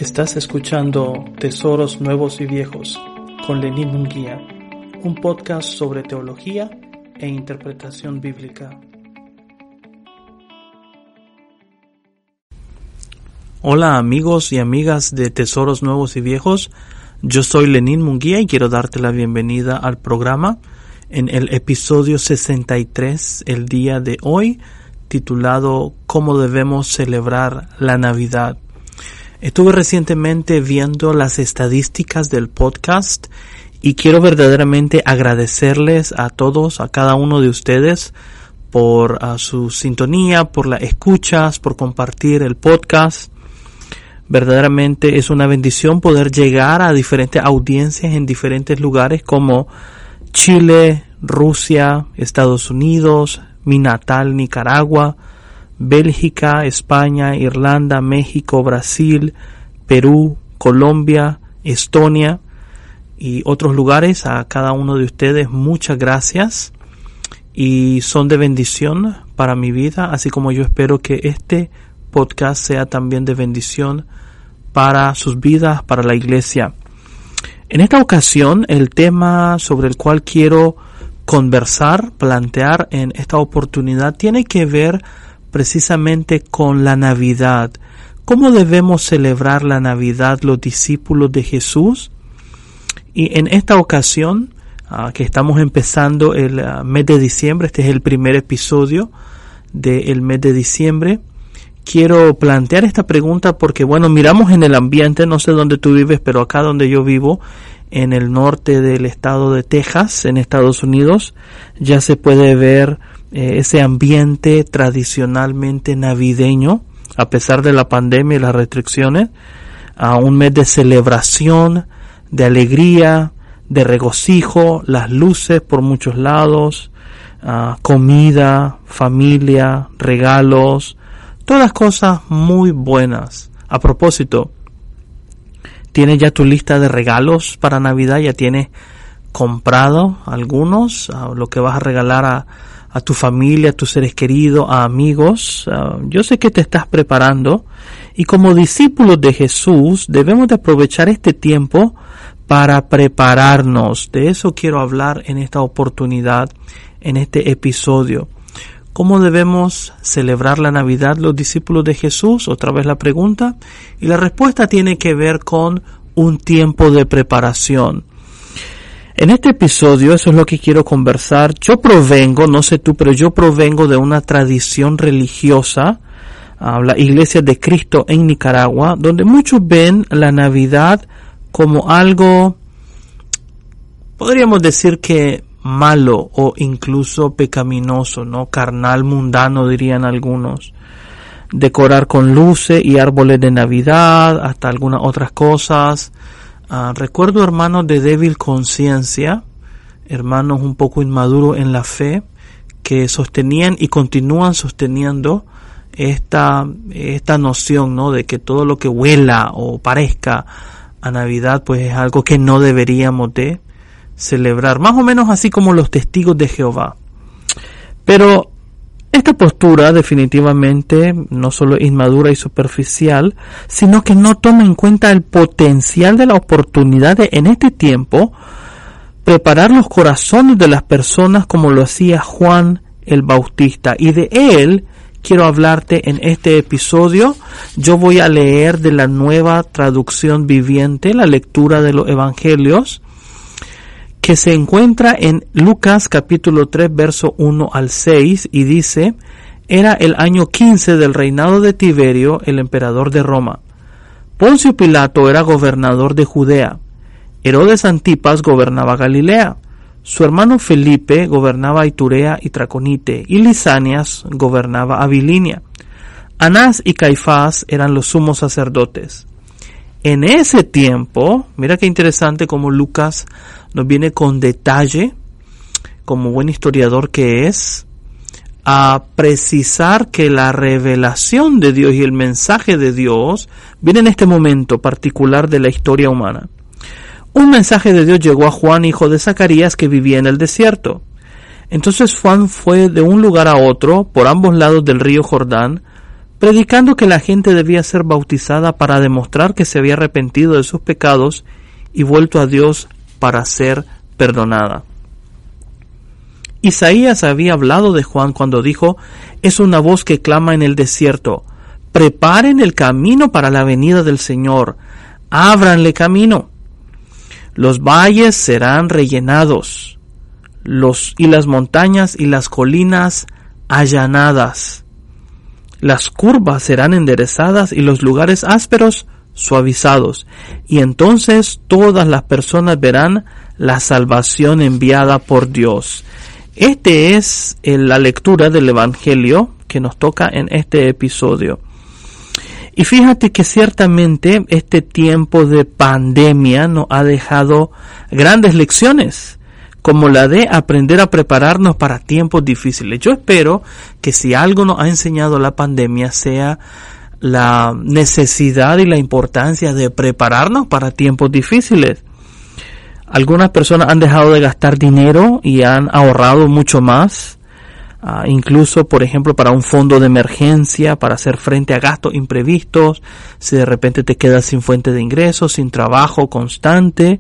Estás escuchando Tesoros Nuevos y Viejos con Lenín Munguía, un podcast sobre teología e interpretación bíblica. Hola amigos y amigas de Tesoros Nuevos y Viejos, yo soy Lenín Munguía y quiero darte la bienvenida al programa en el episodio 63 el día de hoy, titulado ¿Cómo debemos celebrar la Navidad? Estuve recientemente viendo las estadísticas del podcast y quiero verdaderamente agradecerles a todos, a cada uno de ustedes por su sintonía, por las escuchas, por compartir el podcast. Verdaderamente es una bendición poder llegar a diferentes audiencias en diferentes lugares como Chile, Rusia, Estados Unidos, mi natal Nicaragua, Bélgica, España, Irlanda, México, Brasil, Perú, Colombia, Estonia y otros lugares. A cada uno de ustedes muchas gracias y son de bendición para mi vida, así como yo espero que este podcast sea también de bendición para sus vidas, para la iglesia. En esta ocasión, el tema sobre el cual quiero conversar, plantear en esta oportunidad, tiene que ver precisamente con la Navidad. ¿Cómo debemos celebrar la Navidad los discípulos de Jesús? Y en esta ocasión, que estamos empezando el mes de diciembre, este es el primer episodio del mes de diciembre, quiero plantear esta pregunta porque, miramos en el ambiente, no sé dónde tú vives, pero acá donde yo vivo, en el norte del estado de Texas, en Estados Unidos, ya se puede ver ese ambiente tradicionalmente navideño, a pesar de la pandemia y las restricciones, a un mes de celebración, de alegría, de regocijo, las luces por muchos lados, comida, familia, regalos, todas cosas muy buenas. A propósito, ¿tienes ya tu lista de regalos para Navidad? ¿Ya tienes comprado algunos? Lo que vas a regalar a tu familia, a tus seres queridos, a amigos. Yo sé que te estás preparando y como discípulos de Jesús debemos de aprovechar este tiempo para prepararnos. De eso quiero hablar en esta oportunidad, en este episodio. ¿Cómo debemos celebrar la Navidad los discípulos de Jesús? Otra vez la pregunta. Y la respuesta tiene que ver con un tiempo de preparación. En este episodio, eso es lo que quiero conversar. Yo provengo, no sé tú, pero yo provengo de una tradición religiosa, la Iglesia de Cristo en Nicaragua, donde muchos ven la Navidad como algo, podríamos decir que malo o incluso pecaminoso, ¿no? Carnal, mundano, dirían algunos. Decorar con luces y árboles de Navidad, hasta algunas otras cosas. Recuerdo hermanos de débil conciencia, hermanos un poco inmaduros en la fe, que sostenían y continúan sosteniendo esta noción, ¿no? De que todo lo que huela o parezca a Navidad, pues es algo que no deberíamos de celebrar, más o menos así como los testigos de Jehová. Pero esta postura definitivamente no solo es inmadura y superficial, sino que no toma en cuenta el potencial de la oportunidad de, en este tiempo, preparar los corazones de las personas como lo hacía Juan el Bautista. Y de él quiero hablarte en este episodio. Yo voy a leer de la Nueva Traducción Viviente, la lectura de los Evangelios, que se encuentra en Lucas capítulo 3 verso 1 al 6 y dice: era el año 15 del reinado de Tiberio, el emperador de Roma. Poncio Pilato era gobernador de Judea. Herodes Antipas gobernaba Galilea. Su hermano Felipe gobernaba Iturea y Traconite, y Lisanias gobernaba Abilinia. Anás y Caifás eran los sumos sacerdotes. En ese tiempo, mira qué interesante como Lucas nos viene con detalle, como buen historiador que es, a precisar que la revelación de Dios y el mensaje de Dios viene en este momento particular de la historia humana. Un mensaje de Dios llegó a Juan, hijo de Zacarías, que vivía en el desierto. Entonces Juan fue de un lugar a otro, por ambos lados del río Jordán, predicando que la gente debía ser bautizada para demostrar que se había arrepentido de sus pecados y vuelto a Dios para ser perdonada. Isaías había hablado de Juan cuando dijo: es una voz que clama en el desierto, preparen el camino para la venida del Señor, ábranle camino. Los valles serán rellenados, y las montañas y las colinas allanadas. Las curvas serán enderezadas y los lugares ásperos suavizados. Y entonces todas las personas verán la salvación enviada por Dios. Este es la lectura del Evangelio que nos toca en este episodio. Y fíjate que ciertamente este tiempo de pandemia nos ha dejado grandes lecciones, como la de aprender a prepararnos para tiempos difíciles. Yo espero que si algo nos ha enseñado la pandemia sea la necesidad y la importancia de prepararnos para tiempos difíciles. Algunas personas han dejado de gastar dinero y han ahorrado mucho más, incluso, por ejemplo, para un fondo de emergencia, para hacer frente a gastos imprevistos, si de repente te quedas sin fuente de ingresos, sin trabajo constante.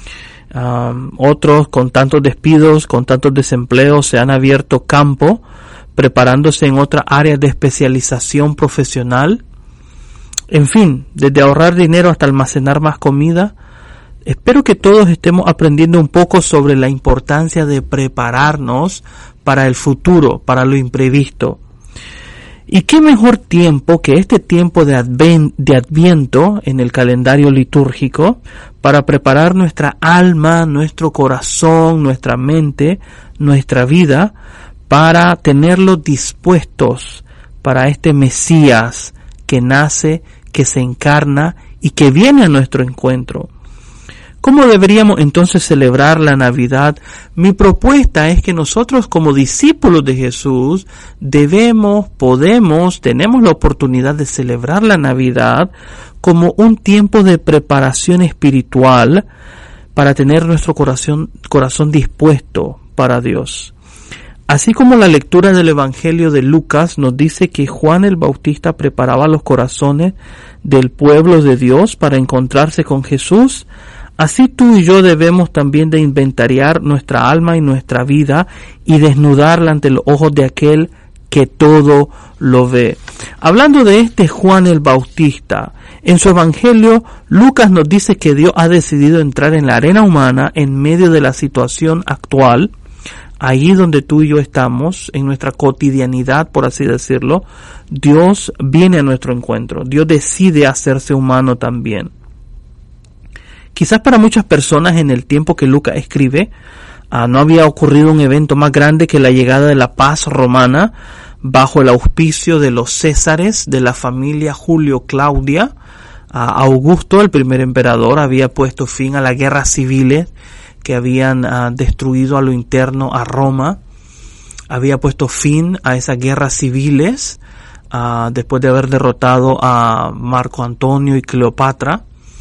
Otros, con tantos despidos, con tantos desempleos, se han abierto campo, preparándose en otras áreas de especialización profesional. En fin, desde ahorrar dinero hasta almacenar más comida. Espero que todos estemos aprendiendo un poco sobre la importancia de prepararnos para el futuro, para lo imprevisto. ¿Y qué mejor tiempo que este tiempo de Adviento en el calendario litúrgico para preparar nuestra alma, nuestro corazón, nuestra mente, nuestra vida, para tenerlos dispuestos para este Mesías que nace, que se encarna y que viene a nuestro encuentro? ¿Cómo deberíamos entonces celebrar la Navidad? Mi propuesta es que nosotros como discípulos de Jesús tenemos la oportunidad de celebrar la Navidad como un tiempo de preparación espiritual para tener nuestro corazón dispuesto para Dios. Así como la lectura del Evangelio de Lucas nos dice que Juan el Bautista preparaba los corazones del pueblo de Dios para encontrarse con Jesús, así tú y yo debemos también de inventariar nuestra alma y nuestra vida y desnudarla ante los ojos de aquel que todo lo ve. Hablando de este Juan el Bautista, en su Evangelio, Lucas nos dice que Dios ha decidido entrar en la arena humana en medio de la situación actual, ahí donde tú y yo estamos, en nuestra cotidianidad, por así decirlo. Dios viene a nuestro encuentro. Dios decide hacerse humano también. Quizás para muchas personas en el tiempo que Lucas escribe, no había ocurrido un evento más grande que la llegada de la paz romana bajo el auspicio de los Césares, de la familia Julio Claudia. Augusto, el primer emperador, había puesto fin a las guerras civiles que habían destruido a lo interno a Roma. Había puesto fin a esas guerras civiles después de haber derrotado a Marco Antonio y Cleopatra.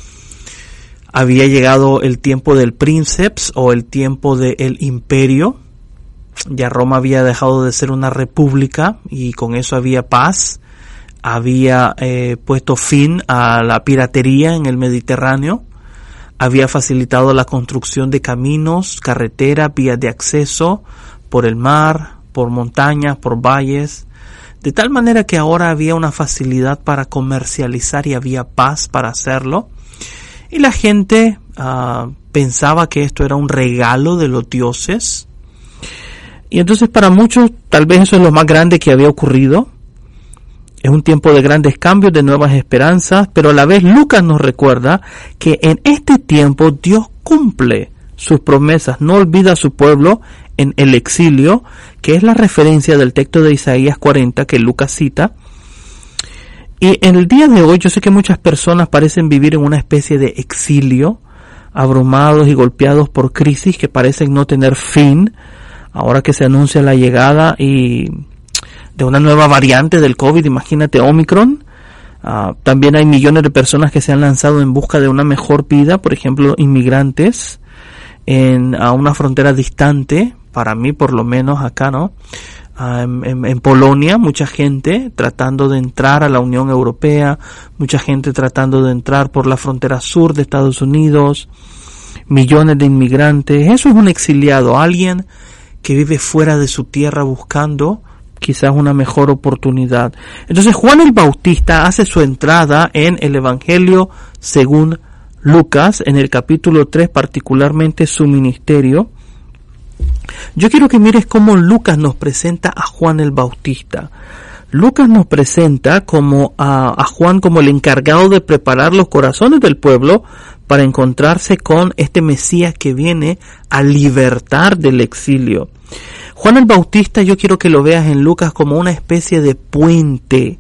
Había llegado el tiempo del princeps o el tiempo del imperio. Ya Roma había dejado de ser una república y con eso había paz. Había puesto fin a la piratería en el Mediterráneo. Había facilitado la construcción de caminos, carreteras, vías de acceso por el mar, por montañas, por valles. De tal manera que ahora había una facilidad para comercializar y había paz para hacerlo. Y la gente pensaba que esto era un regalo de los dioses. Y entonces para muchos tal vez eso es lo más grande que había ocurrido. Es un tiempo de grandes cambios, de nuevas esperanzas, pero a la vez Lucas nos recuerda que en este tiempo Dios cumple sus promesas, no olvida a su pueblo en el exilio, que es la referencia del texto de Isaías 40 que Lucas cita. Y en el día de hoy yo sé que muchas personas parecen vivir en una especie de exilio, abrumados y golpeados por crisis que parecen no tener fin, ahora que se anuncia la llegada de una nueva variante del COVID, imagínate Omicron. También hay millones de personas que se han lanzado en busca de una mejor vida, por ejemplo inmigrantes a una frontera distante, para mí por lo menos acá, ¿no? en Polonia, mucha gente tratando de entrar a la Unión Europea, mucha gente tratando de entrar por la frontera sur de Estados Unidos, millones de inmigrantes. Eso es un exiliado, alguien que vive fuera de su tierra buscando quizás una mejor oportunidad. Entonces Juan el Bautista hace su entrada en el Evangelio según Lucas, en el capítulo 3, particularmente su ministerio. Yo quiero que mires cómo Lucas nos presenta a Juan el Bautista. Lucas nos presenta a Juan como el encargado de preparar los corazones del pueblo para encontrarse con este Mesías que viene a libertar del exilio. Juan el Bautista, yo quiero que lo veas en Lucas como una especie de puente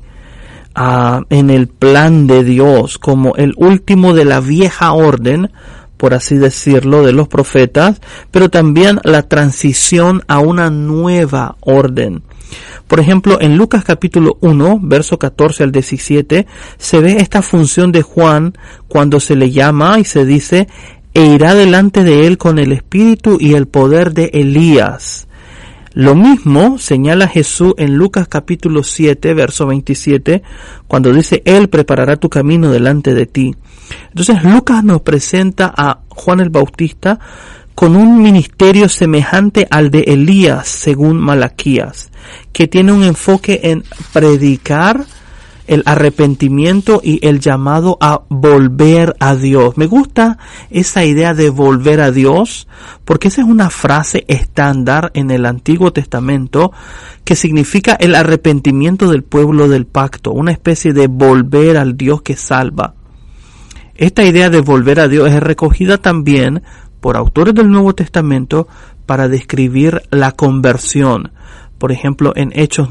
en el plan de Dios, como el último de la vieja orden, por así decirlo, de los profetas, pero también la transición a una nueva orden. Por ejemplo, en Lucas capítulo 1, verso 14 al 17, se ve esta función de Juan cuando se le llama y se dice, e irá delante de él con el espíritu y el poder de Elías. Lo mismo señala Jesús en Lucas capítulo 7, verso 27, cuando dice, Él preparará tu camino delante de ti. Entonces Lucas nos presenta a Juan el Bautista con un ministerio semejante al de Elías, según Malaquías, que tiene un enfoque en predicar el arrepentimiento y el llamado a volver a Dios. Me gusta esa idea de volver a Dios, porque esa es una frase estándar en el Antiguo Testamento que significa el arrepentimiento del pueblo del pacto, una especie de volver al Dios que salva. Esta idea de volver a Dios es recogida también por autores del Nuevo Testamento para describir la conversión. Por ejemplo, en Hechos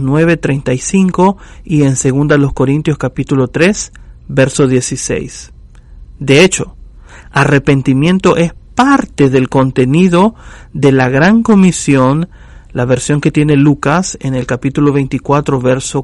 9:35 y en 2 Corintios capítulo 3, verso 16. De hecho, arrepentimiento es parte del contenido de la Gran Comisión, la versión que tiene Lucas en el capítulo 24, verso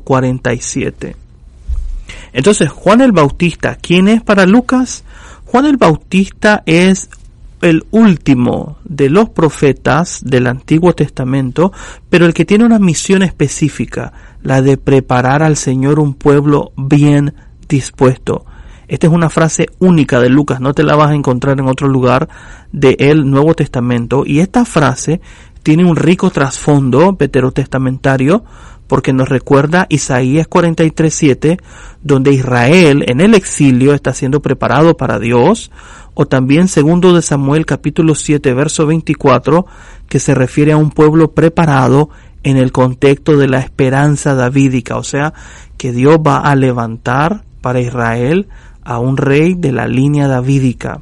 47. Entonces, Juan el Bautista, ¿quién es para Lucas? Juan el Bautista es el último de los profetas del Antiguo Testamento, pero el que tiene una misión específica, la de preparar al Señor un pueblo bien dispuesto. Esta es una frase única de Lucas, no te la vas a encontrar en otro lugar del Nuevo Testamento, y esta frase tiene un rico trasfondo veterotestamentario, porque nos recuerda Isaías 43:7, donde Israel en el exilio está siendo preparado para Dios, o también 2 de Samuel capítulo 7 verso 24, que se refiere a un pueblo preparado en el contexto de la esperanza davídica, o sea, que Dios va a levantar para Israel a un rey de la línea davídica.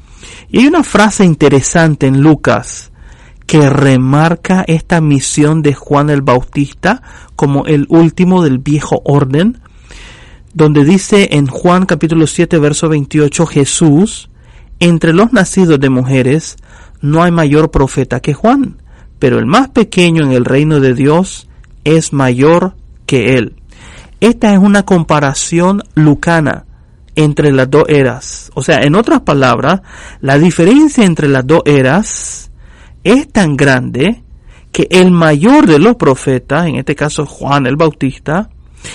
Y hay una frase interesante en Lucas que remarca esta misión de Juan el Bautista como el último del viejo orden, donde dice en Juan capítulo 7 verso 28, Jesús, entre los nacidos de mujeres no hay mayor profeta que Juan, pero el más pequeño en el reino de Dios es mayor que él. Esta es una comparación lucana entre las dos eras. O sea, en otras palabras, la diferencia entre las dos eras es tan grande que el mayor de los profetas, en este caso Juan el Bautista,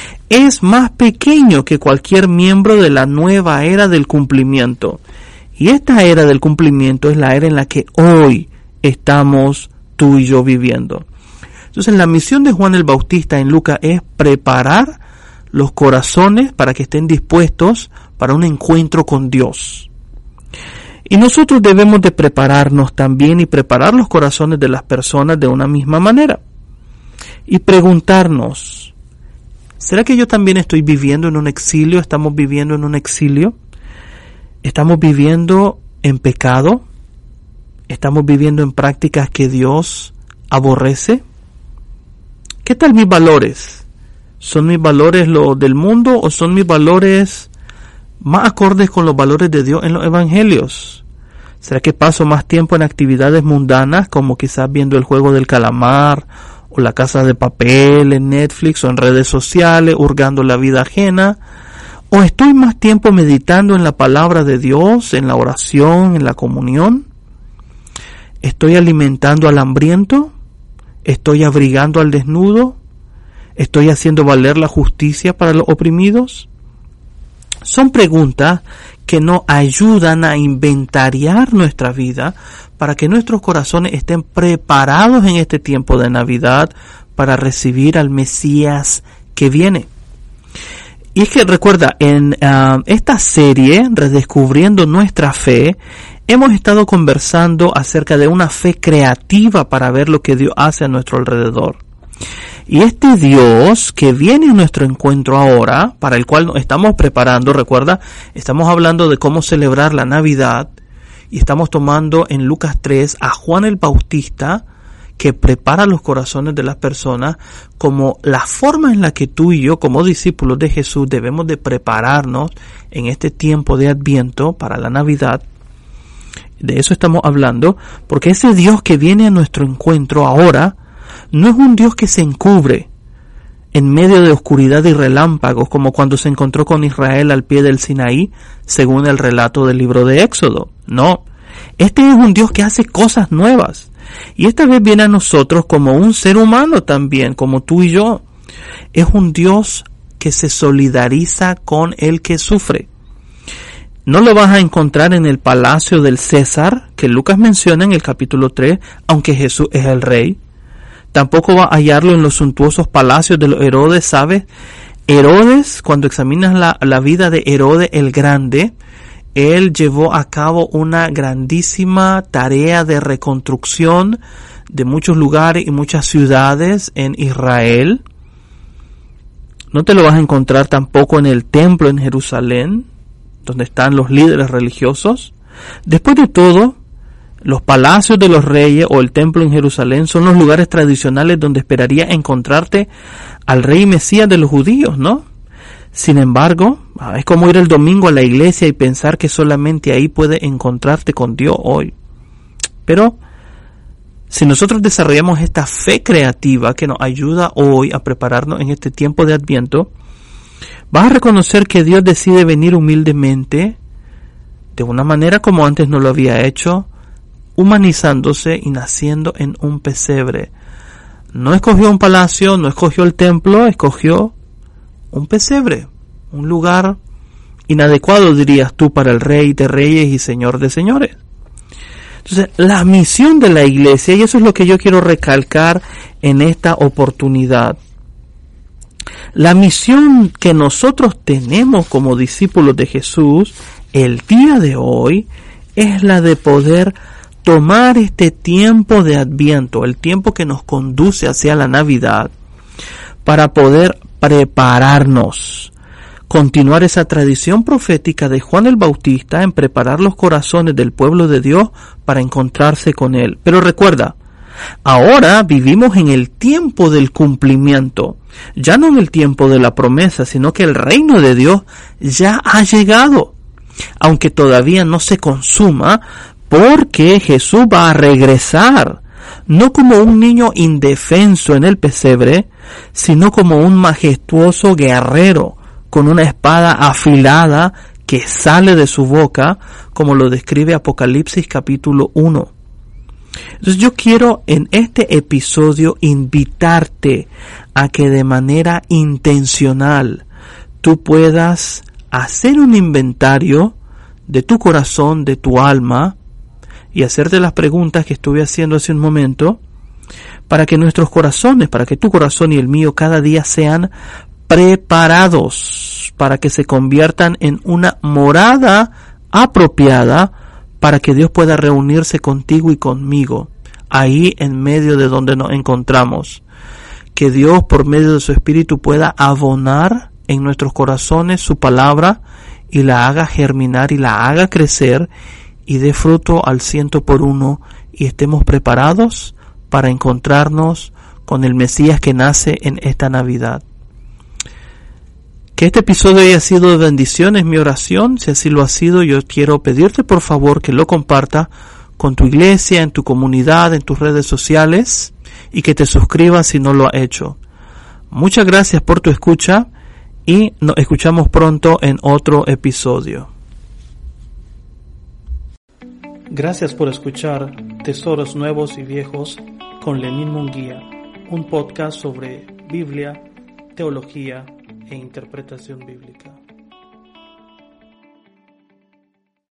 es más pequeño que cualquier miembro de la nueva era del cumplimiento. Y esta era del cumplimiento es la era en la que hoy estamos tú y yo viviendo. Entonces la misión de Juan el Bautista en Lucas es preparar los corazones para que estén dispuestos para un encuentro con Dios. Y nosotros debemos de prepararnos también y preparar los corazones de las personas de una misma manera. Y preguntarnos, ¿será que yo también estoy viviendo en un exilio? ¿Estamos viviendo en un exilio? ¿Estamos viviendo en pecado? ¿Estamos viviendo en prácticas que Dios aborrece? ¿Qué tal mis valores? ¿Son mis valores los del mundo o son mis valores más acordes con los valores de Dios en los evangelios? ¿Será que paso más tiempo en actividades mundanas como quizás viendo el juego del calamar o la casa de papel en Netflix o en redes sociales, hurgando la vida ajena? ¿O estoy más tiempo meditando en la palabra de Dios, en la oración, en la comunión? ¿Estoy alimentando al hambriento? ¿Estoy abrigando al desnudo? ¿Estoy haciendo valer la justicia para los oprimidos? Son preguntas que nos ayudan a inventariar nuestra vida para que nuestros corazones estén preparados en este tiempo de Navidad para recibir al Mesías que viene. Y es que recuerda, en esta serie, Redescubriendo Nuestra Fe, hemos estado conversando acerca de una fe creativa para ver lo que Dios hace a nuestro alrededor. Y este Dios que viene a nuestro encuentro ahora, para el cual nos estamos preparando, recuerda, estamos hablando de cómo celebrar la Navidad, y estamos tomando en Lucas 3 a Juan el Bautista, que prepara los corazones de las personas como la forma en la que tú y yo, como discípulos de Jesús, debemos de prepararnos en este tiempo de Adviento para la Navidad. De eso estamos hablando, porque ese Dios que viene a nuestro encuentro ahora no es un Dios que se encubre en medio de oscuridad y relámpagos, como cuando se encontró con Israel al pie del Sinaí, según el relato del libro de Éxodo. No, este es un Dios que hace cosas nuevas. Y esta vez viene a nosotros como un ser humano también, como tú y yo. Es un Dios que se solidariza con el que sufre. No lo vas a encontrar en el palacio del César, que Lucas menciona en el capítulo 3, aunque Jesús es el rey. Tampoco va a hallarlo en los suntuosos palacios de los Herodes, ¿sabes? Herodes, cuando examinas la vida de Herodes el Grande, él llevó a cabo una grandísima tarea de reconstrucción de muchos lugares y muchas ciudades en Israel. No te lo vas a encontrar tampoco en el templo en Jerusalén, donde están los líderes religiosos. Después de todo, los palacios de los reyes o el templo en Jerusalén son los lugares tradicionales donde esperaría encontrarte al rey Mesías de los judíos, ¿no? Sin embargo, es como ir el domingo a la iglesia y pensar que solamente ahí puedes encontrarte con Dios hoy. Pero si nosotros desarrollamos esta fe creativa que nos ayuda hoy a prepararnos en este tiempo de Adviento, vas a reconocer que Dios decide venir humildemente, de una manera como antes no lo había hecho, humanizándose y naciendo en un pesebre. No escogió un palacio, no escogió el templo, escogió un pesebre, un lugar inadecuado, dirías tú, para el Rey de Reyes y Señor de Señores. Entonces, la misión de la iglesia, y eso es lo que yo quiero recalcar en esta oportunidad, la misión que nosotros tenemos como discípulos de Jesús el día de hoy es la de poder tomar este tiempo de Adviento, el tiempo que nos conduce hacia la Navidad, para poder prepararnos, continuar esa tradición profética de Juan el Bautista en preparar los corazones del pueblo de Dios para encontrarse con Él. Pero recuerda, ahora vivimos en el tiempo del cumplimiento, ya no en el tiempo de la promesa, sino que el reino de Dios ya ha llegado, aunque todavía no se consuma, porque Jesús va a regresar, no como un niño indefenso en el pesebre, sino como un majestuoso guerrero con una espada afilada que sale de su boca, como lo describe Apocalipsis capítulo 1. Entonces yo quiero en este episodio invitarte a que de manera intencional tú puedas hacer un inventario de tu corazón, de tu alma, y hacerte las preguntas que estuve haciendo hace un momento, para que nuestros corazones, para que tu corazón y el mío cada día sean preparados, para que se conviertan en una morada apropiada, para que Dios pueda reunirse contigo y conmigo, ahí en medio de donde nos encontramos. Que Dios, por medio de su Espíritu, pueda abonar en nuestros corazones su palabra y la haga germinar y la haga crecer y dé fruto al 100%, y estemos preparados para encontrarnos con el Mesías que nace en esta Navidad. Que este episodio haya sido de bendición, es mi oración. Si así lo ha sido, yo quiero pedirte por favor que lo compartas con tu iglesia, en tu comunidad, en tus redes sociales, y que te suscribas si no lo has hecho. Muchas gracias por tu escucha y nos escuchamos pronto en otro episodio. Gracias por escuchar Tesoros Nuevos y Viejos con Lenín Munguía, un podcast sobre Biblia, teología e interpretación bíblica.